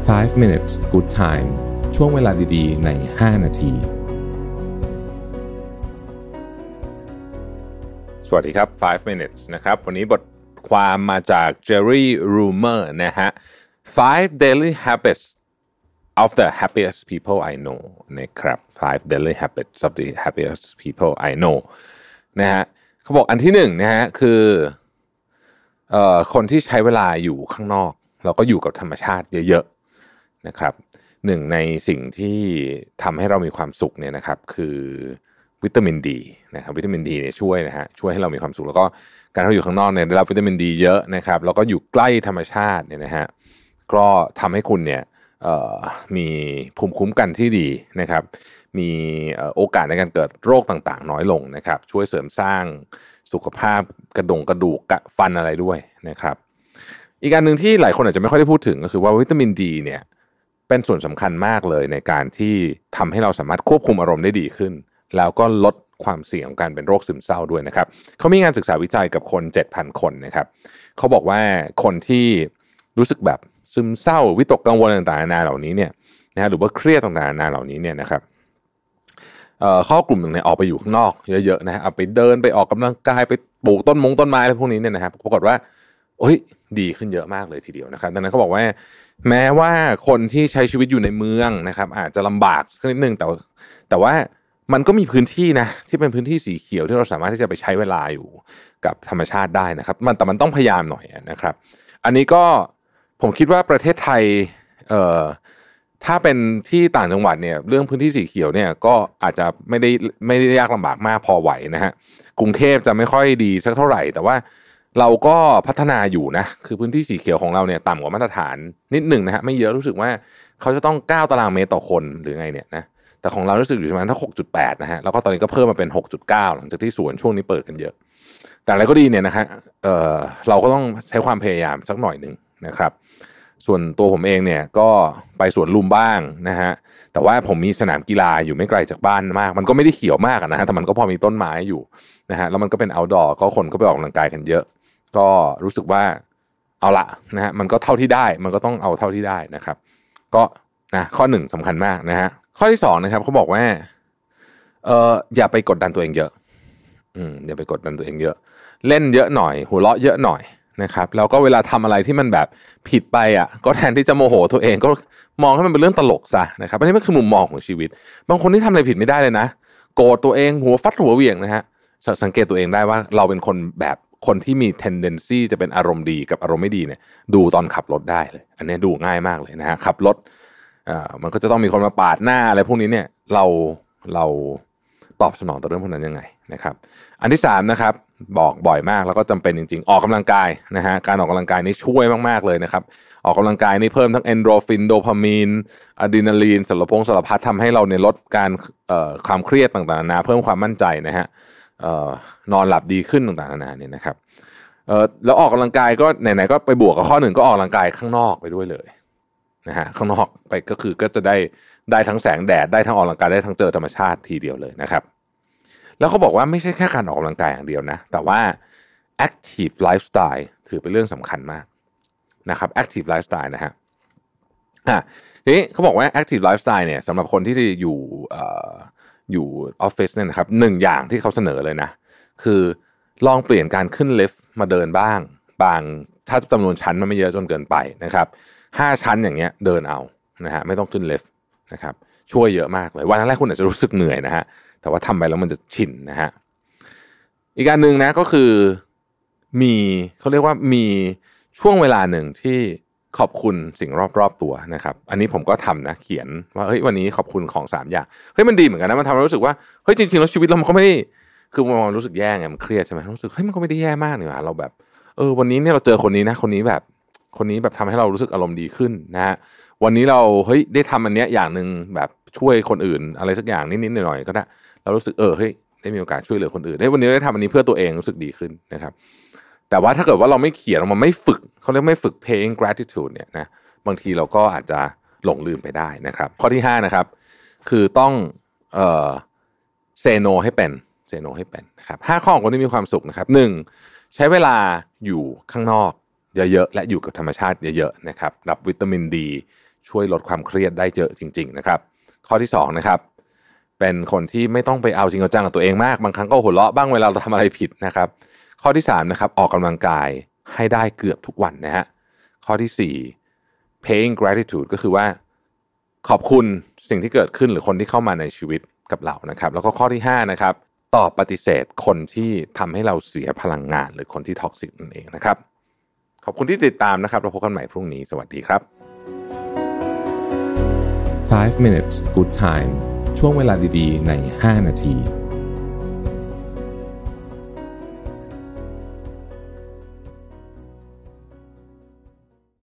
5 minutes good time ช่วงเวลาดีๆใน5นาทีสวัสดีครับ5 minutes นะครับวันนี้บทความมาจาก Jerry Rummer นะฮะ 5 daily habits of the happiest people I know นะครับ 5 daily habits of the happiest people I know นะฮะเขาบอกอันที่หนึ่งนะฮะคือคนที่ใช้เวลาอยู่ข้างนอกแล้วก็อยู่กับธรรมชาติเยอะๆนะครับหนึ่งในสิ่งที่ทำให้เรามีความสุขเนี่ยนะครับคือวิตามินดีนะครับวิตามินดีเนี่ยช่วยนะฮะช่วยให้เรามีความสุขแล้วก็การที่เราอยู่ข้างนอกเนี่ยได้รับวิตามินดีเยอะนะครับแล้วก็อยู่ใกล้ธรรมชาติเนี่ยนะฮะก็ทำให้คุณเนี่ยมีภูมิคุ้มกันที่ดีนะครับมีโอกาสในการเกิดโรคต่างๆน้อยลงนะครับช่วยเสริมสร้างสุขภาพกระดูกฟันอะไรด้วยนะครับอีกอันหนึ่งที่หลายคนอาจจะไม่ค่อยได้พูดถึงก็คือว่าวิตามินดีเนี่ยเป็นส่วนสำคัญมากเลยในการที่ทำให้เราสามารถควบคุมอารมณ์ได้ดีขึ้นแล้วก็ลดความเสี่ยงของการเป็นโรคซึมเศร้าด้วยนะครับเขามีงานศึกษาวิจัยกับคน 7,000 คนนะครับเขาบอกว่าคนที่รู้สึกแบบซึมเศร้าวิตกกังวลต่างๆนานาเหล่านี้เนี่ยนะฮะหรือว่าเครียดต่างๆนานาเหล่านี้เนี่ยนะครับข้อกลุ่มหนึ่งเนี่ยออกไปอยู่ข้างนอกเยอะๆนะฮะเอาไปเดินไปออกกำลังกายไปปลูกต้นไม้อะไรพวกนี้เนี่ยนะครับปรากฏว่าดีขึ้นเยอะมากเลยทีเดียวนะครับดังนั้นเขาบอกว่าแม้ว่าคนที่ใช้ชีวิตอยู่ในเมืองนะครับอาจจะลำบากสักนิดนึงแต่ว่ามันก็มีพื้นที่นะที่เป็นพื้นที่สีเขียวที่เราสามารถที่จะไปใช้เวลาอยู่กับธรรมชาติได้นะครับแต่มันต้องพยายามหน่อยนะครับอันนี้ก็ผมคิดว่าประเทศไทยถ้าเป็นที่ต่างจังหวัดเนี่ยเรื่องพื้นที่สีเขียวเนี่ยก็อาจจะไม่ได้ยากลำบากมากพอไหวนะฮะกรุงเทพจะไม่ค่อยดีสักเท่าไหร่แต่ว่าเราก็พัฒนาอยู่นะคือพื้นที่สีเขียวของเราเนี่ยต่ำกว่ามาตรฐานนิดหนึ่งนะฮะไม่เยอะรู้สึกว่าเขาจะต้อง9ตารางเมตรต่อคนหรือไงเนี่ยนะแต่ของเรารู้สึกอยู่ประมาณถ้า 6.8 นะฮะแล้วก็ตอนนี้ก็เพิ่มมาเป็น 6.9 หลังจากที่สวนช่วงนี้เปิดกันเยอะแต่อะไรก็ดีเนี่ยนะฮะเราก็ต้องใช้ความพยายามสักหน่อยนึงนะครับส่วนตัวผมเองเนี่ยก็ไปสวนลุมบ้างนะฮะแต่ว่าผมมีสนามกีฬาอยู่ไม่ไกลจากบ้านมากมันก็ไม่ได้เขียวมากนะฮะแต่มันก็พอมีต้นไม้อยู่นะฮะแล้วมันก็เป็น outdoor ก็คนก็ไปออกกำลังกายกันเยอะก็รู้สึกว่าเอาละนะฮะมันก็เท่าที่ได้มันก็ต้องเอาเท่าที่ได้นะครับก็นะข้อหนึ่งสำคัญมากนะฮะข้อที่สองนะครับเขาบอกว่าอย่าไปกดดันตัวเองเยอะอย่าไปกดดันตัวเองเยอะเล่นเยอะหน่อยหัวเราะเยอะหน่อยนะครับแล้วก็เวลาทำอะไรที่มันแบบผิดไปก็แทนที่จะโมโหตัวเองก็มองให้มันเป็นเรื่องตลกซะนะครับอันนี้มันคือมุมมองของชีวิตบางคนที่ทำอะไรผิดไม่ได้เลยนะโกรธตัวเองหัวฟัดหัวเหวี่ยงนะฮะสังเกตตัวเองได้ว่าเราเป็นคนแบบคนที่มี tendency จะเป็นอารมณ์ดีกับอารมณ์ไม่ดีเนี่ยดูตอนขับรถได้เลยอันนี้ดูง่ายมากเลยนะฮะขับรถมันก็จะต้องมีคนมาปาดหน้าอะไรพวกนี้เนี่ยเราตอบสนองต่อเรื่องพวกนั้นยังไงนะครับอันที่3นะครับบอกบ่อยมากแล้วก็จำเป็นจริงๆออกกำลังกายนะฮะการออกกำลังกายนี่ช่วยมากๆเลยนะครับออกกำลังกายนี่เพิ่มทั้งเอนโดรฟินโดพามีนอะดรีนาลีนสารพัดทำให้เราเนี่ยลดการความเครียดต่างๆนานาเพิ่มความมั่นใจนะฮะนอนหลับดีขึ้นต่างๆนานาเนี่ยนะครับแล้วออกกำลังกายก็ไหนๆก็ไปบวกกับข้อหนึ่งก็ออกกำลังกายข้างนอกไปด้วยเลยนะฮะข้างนอกไปก็จะได้ทั้งแสงแดดได้ทั้งออกกำลังกายได้ทั้งเจอธรรมชาติทีเดียวเลยนะครับแล้วเขาบอกว่าไม่ใช่แค่การออกกำลังกายอย่างเดียวนะแต่ว่า active lifestyle ถือเป็นเรื่องสำคัญมากนะครับ active lifestyle นะฮะทีนี้เขาบอกว่า active lifestyle เนี่ยสำหรับคนที่อยู่ออฟฟิศเนี่ยนะครับหนึ่งอย่างที่เขาเสนอเลยนะคือลองเปลี่ยนการขึ้นลิฟต์มาเดินบ้างถ้าจำนวนชั้นมันไม่เยอะจนเกินไปนะครับ5ชั้นอย่างเงี้ยเดินเอานะฮะไม่ต้องขึ้นลิฟต์นะครับช่วยเยอะมากเลยวันแรกคุณอาจจะรู้สึกเหนื่อยนะฮะแต่ว่าทำไปแล้วมันจะชินนะฮะอีกอันหนึ่งนะก็คือเขาเรียกว่ามีช่วงเวลาหนึ่งที่ขอบคุณสิ่งรอบๆตัวนะครับอันนี้ผมก็ทำนะเขียนว่าเฮ้ยวันนี้ขอบคุณของ3อย่างเฮ้ยมันดีเหมือนกันนะมันทำให้รู้สึกว่าเฮ้ยจริงๆแล้วชีวิตเรามันก็ไม่ได้คือมันรู้สึกแย่ไงมันเครียดใช่ไหมรู้สึกเฮ้ยมันก็ไม่ได้แย่มากนี่หว่าเราแบบวันนี้เนี่ยเราเจอคนนี้นะคนนี้แบบทำให้เรารู้สึกอารมณ์ดีขึ้นนะฮะวันนี้เราเฮ้ยได้ทำอันเนี้ยอย่างนึงแบบช่วยคนอื่นอะไรสักอย่างนิดๆหน่อยๆก็ได้เรารู้สึกเฮ้ยได้มีโอกาสช่วยเหลือคนอื่นวันนี้ได้ทำอันนี้เพื่อตัวเองรู้สึกดีขึ้นนะครับแต่ว่าถ้าเกิดว่าเราไม่เขียนมันไม่ฝึกเขาเรียกไม่ฝึก paying gratitude เนี่ยนะบางทีเราก็อาจจะหลงลืมไปได้นะครับข้อที่5นะครับคือต้องsay no ให้เป็นนะครับ5ข้อของคนที่มีความสุขนะครับ1ใช้เวลาอยู่ข้างนอกเยอะๆและอยู่กับธรรมชาติเยอะๆนะครับรับวิตามินดีช่วยลดความเครียดได้เยอะจริงๆนะครับข้อที่2นะครับเป็นคนที่ไม่ต้องไปเอาจริงเอาจังกับตัวเองมากบางครั้งก็หัวเราะบ้างเวลาเราทำอะไรผิดนะครับข้อที่3นะครับออกกำลังกายให้ได้เกือบทุกวันนะฮะข้อที่4 paying gratitude ก็คือว่าขอบคุณสิ่งที่เกิดขึ้นหรือคนที่เข้ามาในชีวิตกับเรานะครับแล้วก็ข้อที่5นะครับตอบปฏิเสธคนที่ทำให้เราเสียพลังงานหรือคนที่ท็อกซิกนั่นเองนะครับขอบคุณที่ติดตามนะครับเราพบกันใหม่พรุ่งนี้สวัสดีครับ 5 minutes good time ช่วงเวลาดีๆใน5นาที